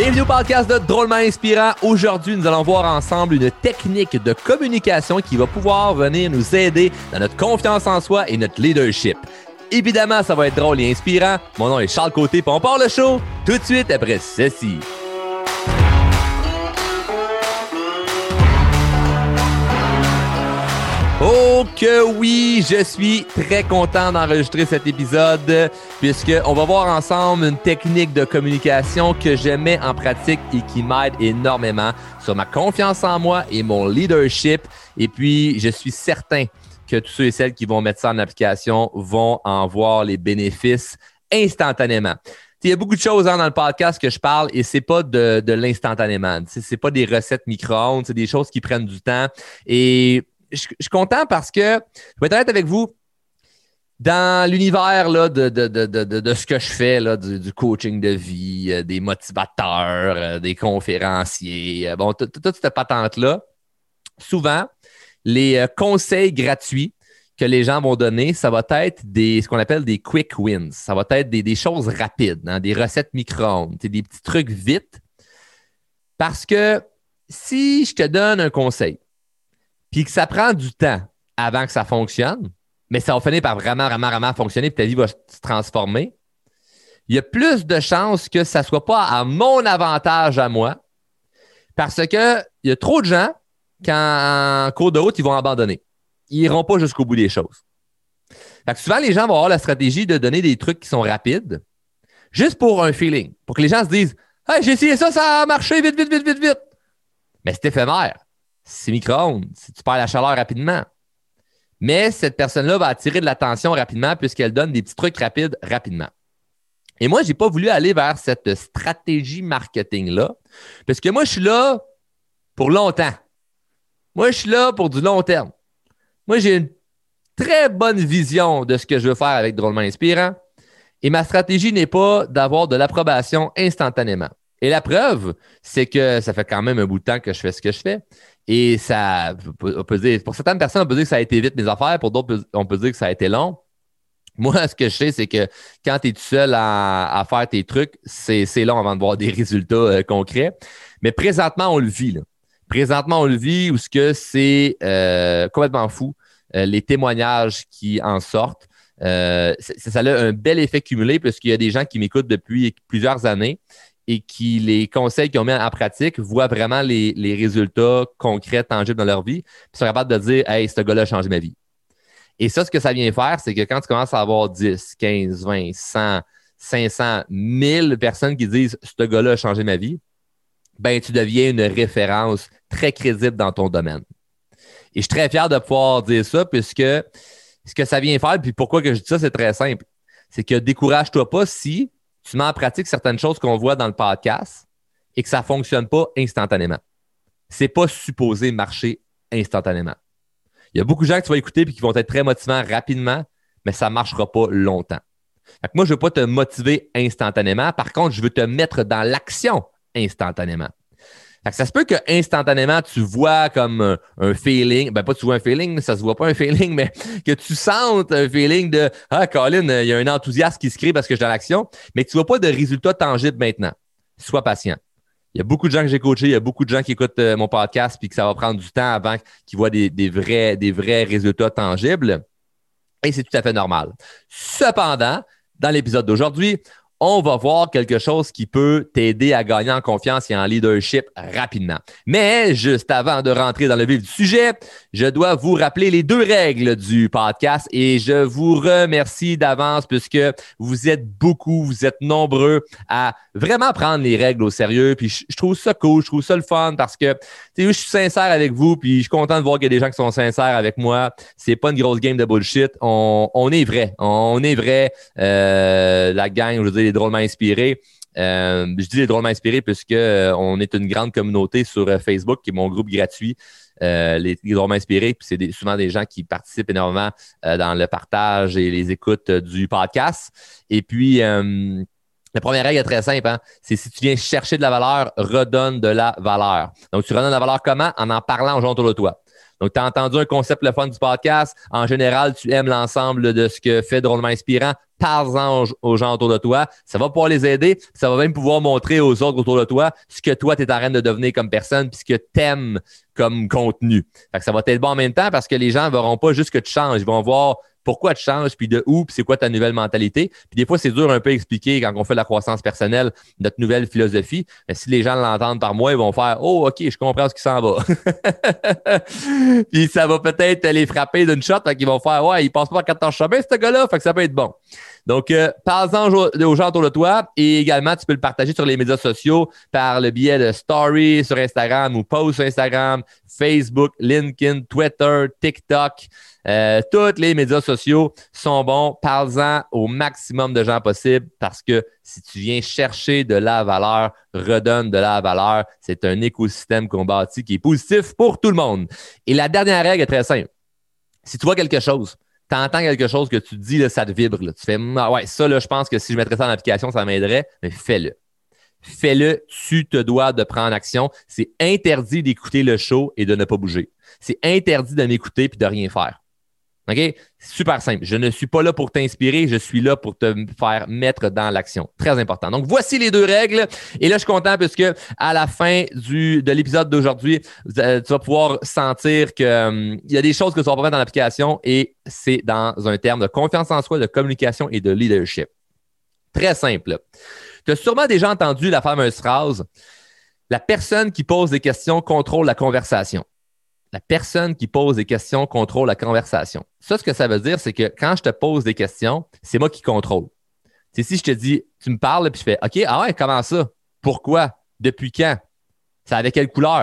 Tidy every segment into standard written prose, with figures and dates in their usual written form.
Bienvenue au podcast de Drôlement Inspirant. Aujourd'hui, nous allons voir ensemble une technique de communication qui va pouvoir venir nous aider dans notre confiance en soi et notre leadership. Évidemment, ça va être drôle et inspirant. Mon nom est Charles Côté, puis on part le show tout de suite après ceci. Oh que oui, je suis très content d'enregistrer cet épisode puisqu'on va voir ensemble une technique de communication que je mets en pratique et qui m'aide énormément sur ma confiance en moi et mon leadership. Et puis, je suis certain que tous ceux et celles qui vont mettre ça en application vont en voir les bénéfices instantanément. Il y a beaucoup de choses dans le podcast que je parle et c'est pas de l'instantanément. C'est pas des recettes micro-ondes, c'est des choses qui prennent du temps. Et je suis content parce que, je vais être honnête avec vous, dans l'univers là, de ce que je fais, là, du coaching de vie, des motivateurs, des conférenciers, toute cette patente-là, souvent, les conseils gratuits que les gens vont donner, ça va être ce qu'on appelle des quick wins. Ça va être des choses rapides, hein, des recettes micro-ondes, des petits trucs vite. Parce que si je te donne un conseil, puis que ça prend du temps avant que ça fonctionne, mais ça va finir par vraiment fonctionner puis ta vie va se transformer, il y a plus de chances que ça ne soit pas à mon avantage à moi parce qu'il y a trop de gens qu'en cours de route, ils vont abandonner. Ils n'iront pas jusqu'au bout des choses. Fait que souvent, les gens vont avoir la stratégie de donner des trucs qui sont rapides juste pour un feeling, pour que les gens se disent « Hey, j'ai essayé ça, ça a marché, vite. » Mais c'est éphémère. C'est micro-ondes, tu perds la chaleur rapidement. Mais cette personne-là va attirer de l'attention rapidement puisqu'elle donne des petits trucs rapides rapidement. Et moi, je n'ai pas voulu aller vers cette stratégie marketing-là parce que moi, je suis là pour longtemps. Moi, je suis là pour du long terme. Moi, j'ai une très bonne vision de ce que je veux faire avec Drôlement Inspirant et ma stratégie n'est pas d'avoir de l'approbation instantanément. Et la preuve, c'est que ça fait quand même un bout de temps que je fais ce que je fais. Et ça, on peut dire, pour certaines personnes, on peut dire que ça a été vite mes affaires. Pour d'autres, on peut dire que ça a été long. Moi, ce que je sais, c'est que quand tu es tout seul à faire tes trucs, c'est long avant de voir des résultats concrets. Mais présentement, on le vit. Là. Présentement, on le vit où ce que c'est complètement fou. Les témoignages qui en sortent. Ça a un bel effet cumulé puisqu'il y a des gens qui m'écoutent depuis plusieurs années et qui, les conseils qu'ils ont mis en pratique, voient vraiment les résultats concrets, tangibles dans leur vie, puis sont capables de dire « Hey, ce gars-là a changé ma vie ». Et ça, ce que ça vient faire, c'est que quand tu commences à avoir 10, 15, 20, 100, 500, 1000 personnes qui disent « Ce gars-là a changé ma vie », ben tu deviens une référence très crédible dans ton domaine. Et je suis très fier de pouvoir dire ça puisque ce que ça vient faire, puis pourquoi que je dis ça, c'est très simple. C'est que décourage-toi pas si tu mets en pratique certaines choses qu'on voit dans le podcast et que ça ne fonctionne pas instantanément. Ce n'est pas supposé marcher instantanément. Il y a beaucoup de gens que tu vas écouter et qui vont être très motivants rapidement, mais ça ne marchera pas longtemps. Fait que moi, je ne veux pas te motiver instantanément. Par contre, je veux te mettre dans l'action instantanément. Fait que ça se peut que instantanément tu vois comme un feeling, ben pas tu vois un feeling, ça se voit pas un feeling, mais que tu sentes un feeling de « Ah, Colin, il y a un enthousiasme qui se crée parce que je suis dans l'action », mais que tu vois pas de résultats tangibles maintenant. Sois patient. Il y a beaucoup de gens que j'ai coachés, il y a beaucoup de gens qui écoutent mon podcast puis que ça va prendre du temps avant qu'ils voient des vrais résultats tangibles. Et c'est tout à fait normal. Cependant, dans l'épisode d'aujourd'hui, on va voir quelque chose qui peut t'aider à gagner en confiance et en leadership rapidement. Mais juste avant de rentrer dans le vif du sujet, je dois vous rappeler les 2 règles du podcast et je vous remercie d'avance puisque vous êtes beaucoup, vous êtes nombreux à vraiment prendre les règles au sérieux. Puis je trouve ça cool, je trouve ça le fun parce que je suis sincère avec vous puis je suis content de voir qu'il y a des gens qui sont sincères avec moi. C'est pas une grosse game de bullshit. On est vrai. On est vrai. La gang, je veux dire, Drôlement Inspiré. Je dis les Drôlement Inspirés puisque on est une grande communauté sur Facebook qui est mon groupe gratuit, les Drôlement Inspirés. Puis c'est souvent des gens qui participent énormément dans le partage et les écoutes du podcast. Et puis, la première règle est très simple, hein? C'est si tu viens chercher de la valeur, redonne de la valeur. Donc, tu redonnes de la valeur comment? En parlant aux gens autour de toi. Donc, tu as entendu un concept le fun du podcast. En général, tu aimes l'ensemble de ce que fait Drôlement Inspirant. Parle-en aux gens autour de toi. Ça va pouvoir les aider. Ça va même pouvoir montrer aux autres autour de toi ce que toi, tu es en train de devenir comme personne puis ce que tu aimes comme contenu. Fait que ça va t'être bon en même temps parce que les gens ne verront pas juste que tu changes. Ils vont voir pourquoi tu changes, puis de où, puis c'est quoi ta nouvelle mentalité. Puis des fois, c'est dur un peu à expliquer quand on fait de la croissance personnelle, notre nouvelle philosophie. Mais si les gens l'entendent par moi, ils vont faire « Oh, OK, je comprends ce qui s'en va. » Puis ça va peut-être les frapper d'une shot. Fait qu'ils vont faire « Ouais, il passe pas par 14 chemins, ce gars-là. » Fait que ça peut être bon. Donc, parle-en aux gens autour de toi et également, tu peux le partager sur les médias sociaux par le biais de stories sur Instagram ou posts sur Instagram, Facebook, LinkedIn, Twitter, TikTok. Tous les médias sociaux sont bons. Parle-en au maximum de gens possible parce que si tu viens chercher de la valeur, redonne de la valeur. C'est un écosystème qu'on bâtit qui est positif pour tout le monde. Et la dernière règle est très simple. Si tu vois quelque chose, tu entends quelque chose que tu dis, là, ça te vibre. Là. Tu fais « Ah ouais, ça, là, je pense que si je mettrais ça en application, ça m'aiderait. » Mais fais-le. Fais-le, tu te dois de prendre action. C'est interdit d'écouter le show et de ne pas bouger. C'est interdit de m'écouter et de rien faire. OK? C'est super simple. Je ne suis pas là pour t'inspirer, je suis là pour te faire mettre dans l'action. Très important. Donc, voici les 2 règles. Et là, je suis content puisque à la fin de l'épisode d'aujourd'hui, tu vas pouvoir sentir qu'il y a des choses que tu vas pas mettre dans l'application et c'est dans un terme de confiance en soi, de communication et de leadership. Très simple. Tu as sûrement déjà entendu la fameuse phrase « La personne qui pose des questions contrôle la conversation ». La personne qui pose des questions contrôle la conversation. Ça, ce que ça veut dire, c'est que quand je te pose des questions, c'est moi qui contrôle. C'est si je te dis, tu me parles, puis je fais « OK, ah ouais, comment ça? Pourquoi? Depuis quand? Ça avait quelle couleur? »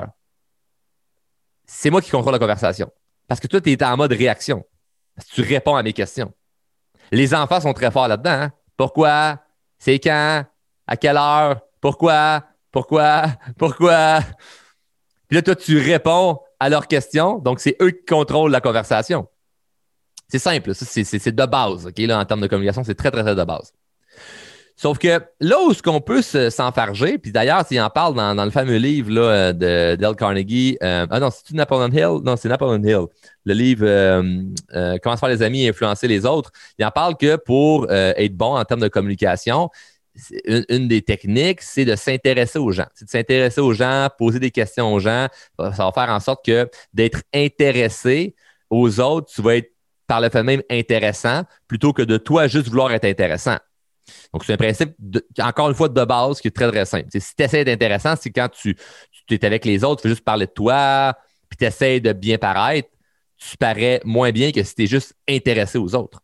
C'est moi qui contrôle la conversation. Parce que toi, tu es en mode réaction. Parce que tu réponds à mes questions. Les enfants sont très forts là-dedans. Hein? Pourquoi? C'est quand? À quelle heure? Pourquoi? Pourquoi? Pourquoi? Puis là, toi, tu réponds à leurs questions. Donc, c'est eux qui contrôlent la conversation. C'est simple. C'est de base. Okay? Là, en termes de communication, c'est très, très, très de base. Sauf que là où on peut s'enfarger, puis d'ailleurs, il en parle dans le fameux livre là, de Dale Carnegie. Non, c'est-tu Napoleon Hill? Non, c'est Napoleon Hill. Le livre Comment se faire les amis et influencer les autres. Il en parle que pour être bon en termes de communication, une des techniques, c'est de s'intéresser aux gens. C'est de s'intéresser aux gens, poser des questions aux gens. Ça va faire en sorte que d'être intéressé aux autres, tu vas être par le fait même intéressant plutôt que de toi juste vouloir être intéressant. Donc, c'est un principe, encore une fois, de base qui est très, très simple. Si tu essaies d'être intéressant, c'est quand tu es avec les autres, tu fais juste parler de toi, puis tu essaies de bien paraître, tu parais moins bien que si tu es juste intéressé aux autres.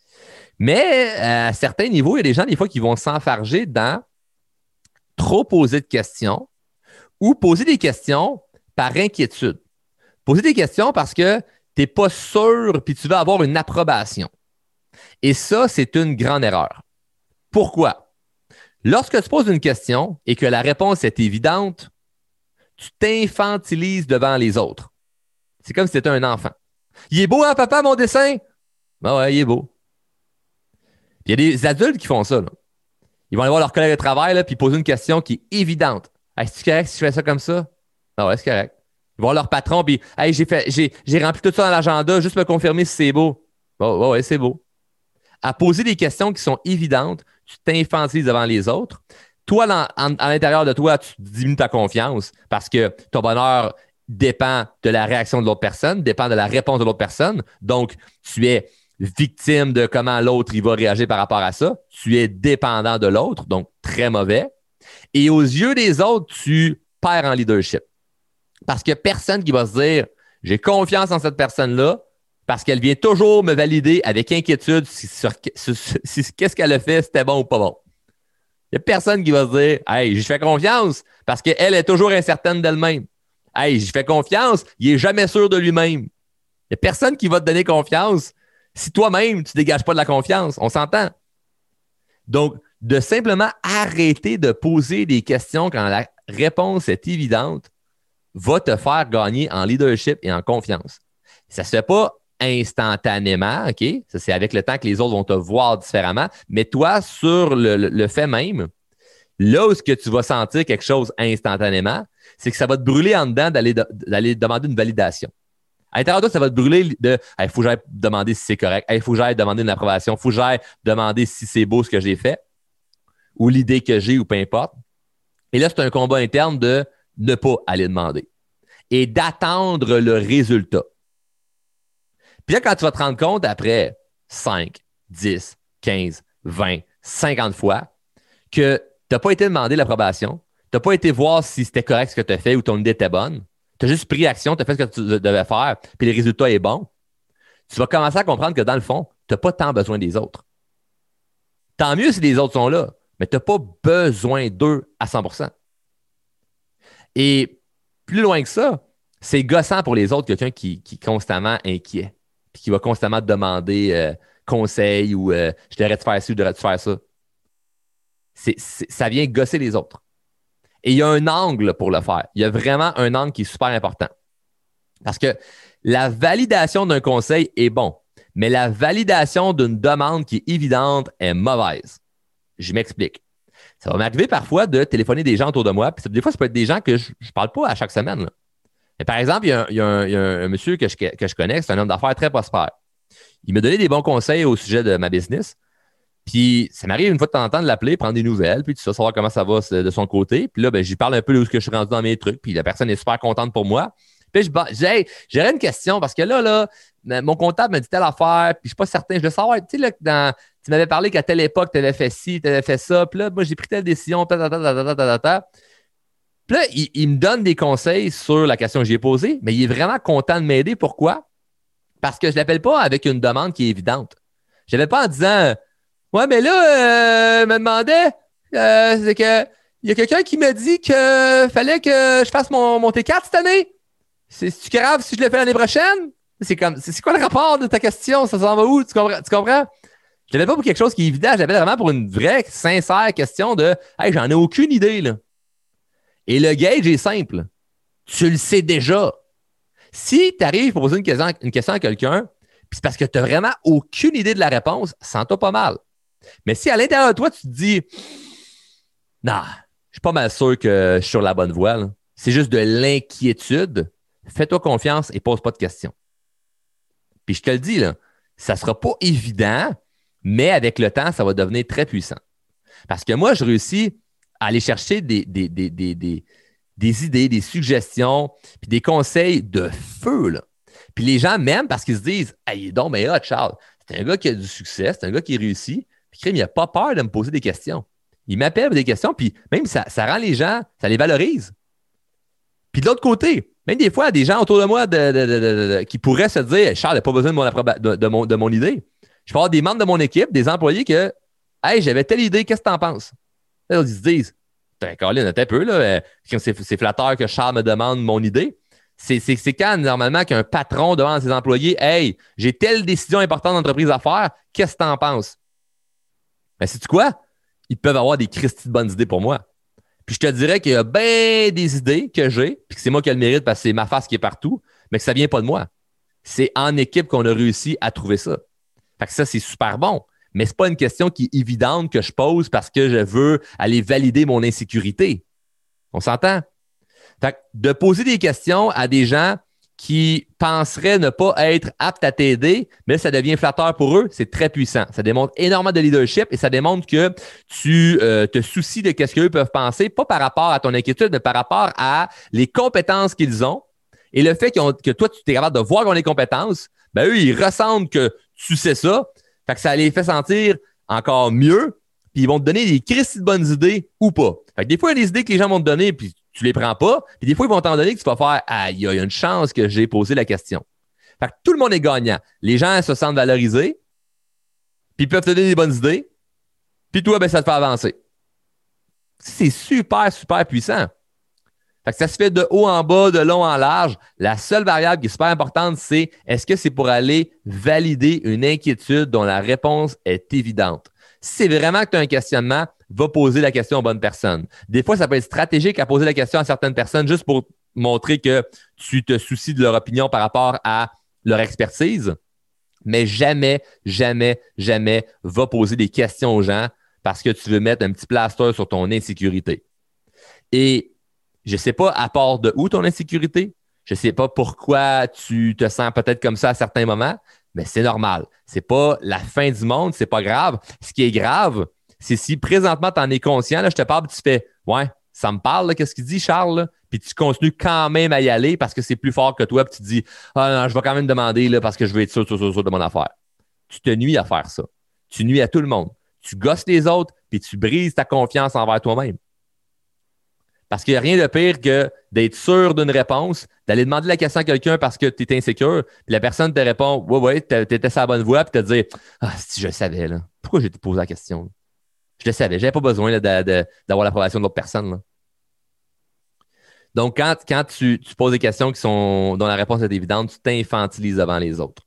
Mais à certains niveaux, il y a des gens, des fois, qui vont s'enfarger dans trop poser de questions ou poser des questions par inquiétude. Poser des questions parce que tu n'es pas sûr puis tu veux avoir une approbation. Et ça, c'est une grande erreur. Pourquoi? Lorsque tu poses une question et que la réponse est évidente, tu t'infantilises devant les autres. C'est comme si tu étais un enfant. Il est beau, hein, papa, mon dessin? Ben ouais, il est beau. Puis il y a des adultes qui font ça. Là. Ils vont aller voir leur collègue de travail là, puis poser une question qui est évidente. Hey, c'est correct si je fais ça comme ça? Ah ouais, c'est correct. Ils vont voir leur patron, puis hey, j'ai rempli tout ça dans l'agenda, juste me confirmer si c'est beau. Oh, ouais, c'est beau. À poser des questions qui sont évidentes, tu t'infantilises devant les autres. Toi, à l'intérieur de toi, tu diminues ta confiance parce que ton bonheur dépend de la réaction de l'autre personne, dépend de la réponse de l'autre personne. Donc, tu es victime de comment l'autre il va réagir par rapport à ça. Tu es dépendant de l'autre, donc très mauvais. Et aux yeux des autres, tu perds en leadership. Parce qu'il n'y a personne qui va se dire « J'ai confiance en cette personne-là parce qu'elle vient toujours me valider avec inquiétude sur qu'est-ce qu'elle a fait, c'était bon ou pas bon. » Il n'y a personne qui va se dire « Hey, j'y fais confiance parce qu'elle est toujours incertaine d'elle-même. Hey, j'y fais confiance, il n'est jamais sûr de lui-même. » Il n'y a personne qui va te donner confiance si toi-même, tu ne dégages pas de la confiance. On s'entend. Donc, de simplement arrêter de poser des questions quand la réponse est évidente va te faire gagner en leadership et en confiance. Ça ne se fait pas instantanément, OK? Ça, c'est avec le temps que les autres vont te voir différemment. Mais toi, sur le fait même, là où ce que tu vas sentir quelque chose instantanément, c'est que ça va te brûler en dedans d'aller demander une validation. À l'intérieur de toi, ça va te brûler de il faut que j'aille demander si c'est correct. Il faut que j'aille demander une approbation. Il faut que j'aille demander si c'est beau ce que j'ai fait ou l'idée que j'ai ou peu importe. Et là, c'est un combat interne de ne pas aller demander et d'attendre le résultat. Puis là, quand tu vas te rendre compte après 5, 10, 15, 20, 50 fois que tu n'as pas été demander l'approbation, tu n'as pas été voir si c'était correct ce que tu as fait ou ton idée était bonne, tu as juste pris action, tu as fait ce que tu devais faire, puis le résultat est bon, tu vas commencer à comprendre que dans le fond, tu n'as pas tant besoin des autres. Tant mieux si les autres sont là, mais tu n'as pas besoin d'eux à 100%. Et plus loin que ça, c'est gossant pour les autres, quelqu'un qui est constamment inquiet, puis qui va constamment te demander conseil ou je devrais te faire ci ou je devrais te faire ça. Ça vient gosser les autres. Et il y a un angle pour le faire. Il y a vraiment un angle qui est super important. Parce que la validation d'un conseil est bon, mais la validation d'une demande qui est évidente est mauvaise. Je m'explique. Ça va m'arriver parfois de téléphoner des gens autour de moi, puis des fois, ça peut être des gens que je ne parle pas à chaque semaine. Là. Mais par exemple, il y a un monsieur que je connais, c'est un homme d'affaires très prospère. Il m'a donné des bons conseils au sujet de ma business. Puis ça m'arrive une fois de temps en temps de l'appeler, prendre des nouvelles, puis tout ça, savoir comment ça va de son côté. Puis là, j'y parle un peu de où je suis rendu dans mes trucs, puis la personne est super contente pour moi. Puis j'ai j'aurais une question, parce que là, mon comptable m'a dit telle affaire, puis je suis pas certain, je veux savoir, tu sais, là, tu m'avais parlé qu'à telle époque, tu avais fait ci, tu avais fait ça, puis là, moi, j'ai pris telle décision, Puis là, il me donne des conseils sur la question que j'ai posée, mais il est vraiment content de m'aider. Pourquoi? Parce que je ne l'appelle pas avec une demande qui est évidente. Je ne l'appelle pas en disant ouais, mais là, me demandait, c'est que il y a quelqu'un qui m'a dit qu'il fallait que je fasse mon T4 cette année. C'est-tu grave si je le fais l'année prochaine? C'est quoi le rapport de ta question? Ça s'en va où? Tu comprends? Je l'avais pas pour quelque chose qui est évident. Je l'avais vraiment pour une vraie, sincère question de hey, j'en ai aucune idée, là. Et le gauge est simple. Tu le sais déjà. Si tu arrives pour poser une question à quelqu'un, puis c'est parce que tu n'as vraiment aucune idée de la réponse, sens-toi pas mal. Mais si à l'intérieur de toi, tu te dis non, je suis pas mal sûr que je suis sur la bonne voie, là. C'est juste de l'inquiétude, fais-toi confiance et pose pas de questions. Puis je te le dis, là, ça sera pas évident, mais avec le temps, ça va devenir très puissant. Parce que moi, je réussis à aller chercher des idées, des suggestions, puis des conseils de feu, là. Puis les gens m'aiment parce qu'ils se disent hey, il est donc mais hot, Charles. C'est un gars qui a du succès, c'est un gars qui réussit. Puis crime, il n'a pas peur de me poser des questions. Il m'appelle pour des questions, puis même ça rend les gens, ça les valorise. Puis de l'autre côté, même des fois, des gens autour de moi qui pourraient se dire Charles n'a pas besoin de mon idée. Je peux avoir des membres de mon équipe, des employés que hey, j'avais telle idée, qu'est-ce que tu en penses? Là, ils se disent Colin, attends un peu, là, c'est flatteur que Charles me demande mon idée. C'est quand, normalement, qu'un patron demande à ses employés hey, j'ai telle décision importante d'entreprise à faire, qu'est-ce que tu en penses? Ben, sais-tu quoi? Ils peuvent avoir des Christy de bonnes idées pour moi. Puis je te dirais qu'il y a bien des idées que j'ai, puis que c'est moi qui ai le mérite parce que c'est ma face qui est partout, mais que ça vient pas de moi. C'est en équipe qu'on a réussi à trouver ça. Fait que ça, c'est super bon. Mais c'est pas une question qui est évidente que je pose parce que je veux aller valider mon insécurité. On s'entend? Fait que de poser des questions à des gens qui penseraient ne pas être aptes à t'aider, mais ça devient flatteur pour eux, c'est très puissant. Ça démontre énormément de leadership et ça démontre que tu te soucies de ce qu'eux peuvent penser, pas par rapport à ton inquiétude, mais par rapport à les compétences qu'ils ont. Et le fait que toi, tu es capable de voir qu'on a les compétences, ben eux, ils ressentent que tu sais ça. Fait que ça les fait sentir encore mieux, puis ils vont te donner des crisses de bonnes idées ou pas. Fait que des fois, il y a des idées que les gens vont te donner, puis tu les prends pas, puis des fois, ils vont t'en donner que tu vas faire ah, il y a une chance que j'ai posé la question. Fait que tout le monde est gagnant. Les gens se sentent valorisés, puis ils peuvent te donner des bonnes idées, puis toi, ben, ça te fait avancer. C'est super, super puissant. Fait que ça se fait de haut en bas, de long en large. La seule variable qui est super importante, c'est est-ce que c'est pour aller valider une inquiétude dont la réponse est évidente? Si c'est vraiment que tu as un questionnement, va poser la question aux bonnes personnes. Des fois, ça peut être stratégique à poser la question à certaines personnes juste pour montrer que tu te soucies de leur opinion par rapport à leur expertise. Mais jamais, jamais, jamais va poser des questions aux gens parce que tu veux mettre un petit plaster sur ton insécurité. Et je ne sais pas à part de où ton insécurité. Je sais pas pourquoi tu te sens peut-être comme ça à certains moments, mais c'est normal. C'est pas la fin du monde, c'est pas grave. Ce qui est grave, c'est si présentement tu en es conscient, là, je te parle, tu fais « Ouais, ça me parle, là, qu'est-ce qu'il dit, Charles? » là? Puis tu continues quand même à y aller parce que c'est plus fort que toi, puis tu te dis « Ah non, je vais quand même demander là, parce que je veux être sûr de mon affaire. » Tu te nuis à faire ça. Tu nuis à tout le monde. Tu gosses les autres, puis tu brises ta confiance envers toi-même. Parce qu'il n'y a rien de pire que d'être sûr d'une réponse, d'aller demander la question à quelqu'un parce que tu es insécure, puis la personne te répond « Ouais, tu étais sur la bonne voie », puis te dire « Ah, si je le savais, là. Pourquoi j'ai posé la question? » Je le savais, je n'avais pas besoin là, d'avoir l'approbation de l'autre personne. Là. Donc, quand tu poses des questions dont la réponse est évidente, tu t'infantilises devant les autres.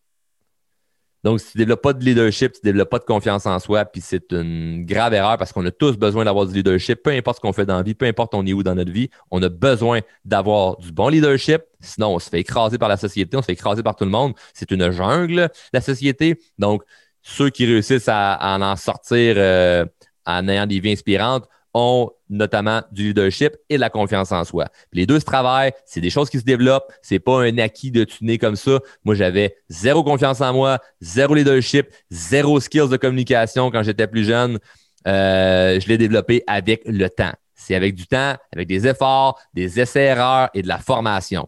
Donc, si tu ne développes pas de leadership, tu ne développes pas de confiance en soi, puis c'est une grave erreur parce qu'on a tous besoin d'avoir du leadership, peu importe ce qu'on fait dans la vie, peu importe on est où dans notre vie, on a besoin d'avoir du bon leadership, sinon on se fait écraser par la société, on se fait écraser par tout le monde. C'est une jungle, la société. Donc, ceux qui réussissent à en sortir en ayant des vies inspirantes ont notamment du leadership et de la confiance en soi. Puis les deux se travaillent, c'est des choses qui se développent, c'est pas un acquis de tuner comme ça. Moi, j'avais zéro confiance en moi, zéro leadership, zéro skills de communication quand j'étais plus jeune. Je l'ai développé avec le temps. C'est avec du temps, avec des efforts, des essais-erreurs et de la formation.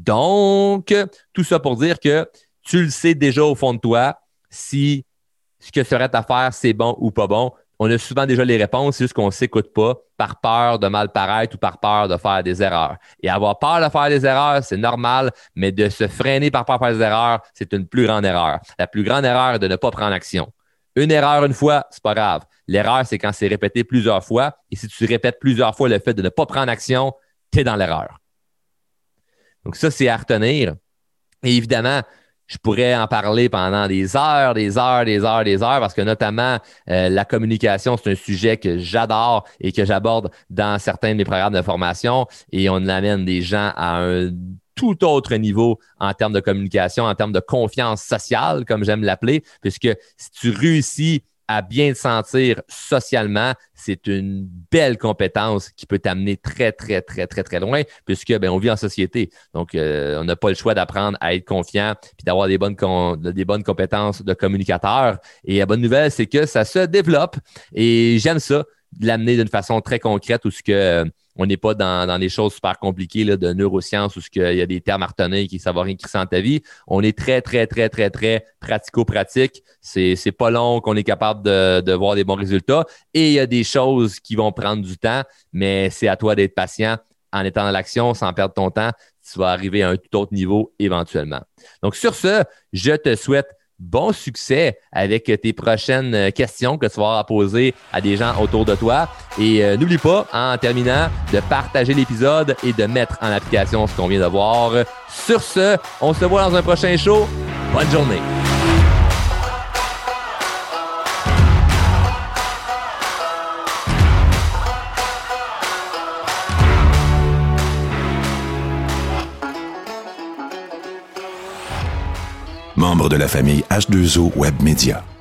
Donc, tout ça pour dire que tu le sais déjà au fond de toi si ce que serait à faire, c'est bon ou pas bon. On a souvent déjà les réponses, c'est juste qu'on ne s'écoute pas par peur de mal paraître ou par peur de faire des erreurs. Et avoir peur de faire des erreurs, c'est normal, mais de se freiner par peur de faire des erreurs, c'est une plus grande erreur. La plus grande erreur est de ne pas prendre action. Une erreur une fois, c'est pas grave. L'erreur, c'est quand c'est répété plusieurs fois. Et si tu répètes plusieurs fois le fait de ne pas prendre action, tu es dans l'erreur. Donc ça, c'est à retenir. Et évidemment, je pourrais en parler pendant des heures, parce que notamment, la communication, c'est un sujet que j'adore et que j'aborde dans certains de mes programmes de formation et on amène des gens à un tout autre niveau en termes de communication, en termes de confiance sociale, comme j'aime l'appeler, puisque si tu réussis à bien te sentir socialement, c'est une belle compétence qui peut t'amener très, très, très, très, très loin puisque on vit en société. Donc, on n'a pas le choix d'apprendre à être confiant puis d'avoir des bonnes compétences de communicateur. Et la bonne nouvelle, c'est que ça se développe et j'aime ça, de l'amener d'une façon très concrète où on n'est pas dans des choses super compliquées là, de neurosciences où il y a des termes à retenir qui ne savent rien crisser dans ta vie. On est très, très, très, très, très pratico-pratique. C'est pas long qu'on est capable de voir des bons résultats. Et il y a des choses qui vont prendre du temps, mais c'est à toi d'être patient en étant dans l'action, sans perdre ton temps. Tu vas arriver à un tout autre niveau éventuellement. Donc, sur ce, je te souhaite bon succès avec tes prochaines questions que tu vas avoir à poser à des gens autour de toi. Et n'oublie pas, en terminant, de partager l'épisode et de mettre en application ce qu'on vient de voir. Sur ce, on se voit dans un prochain show. Bonne journée! Membre de la famille H2O Web Media.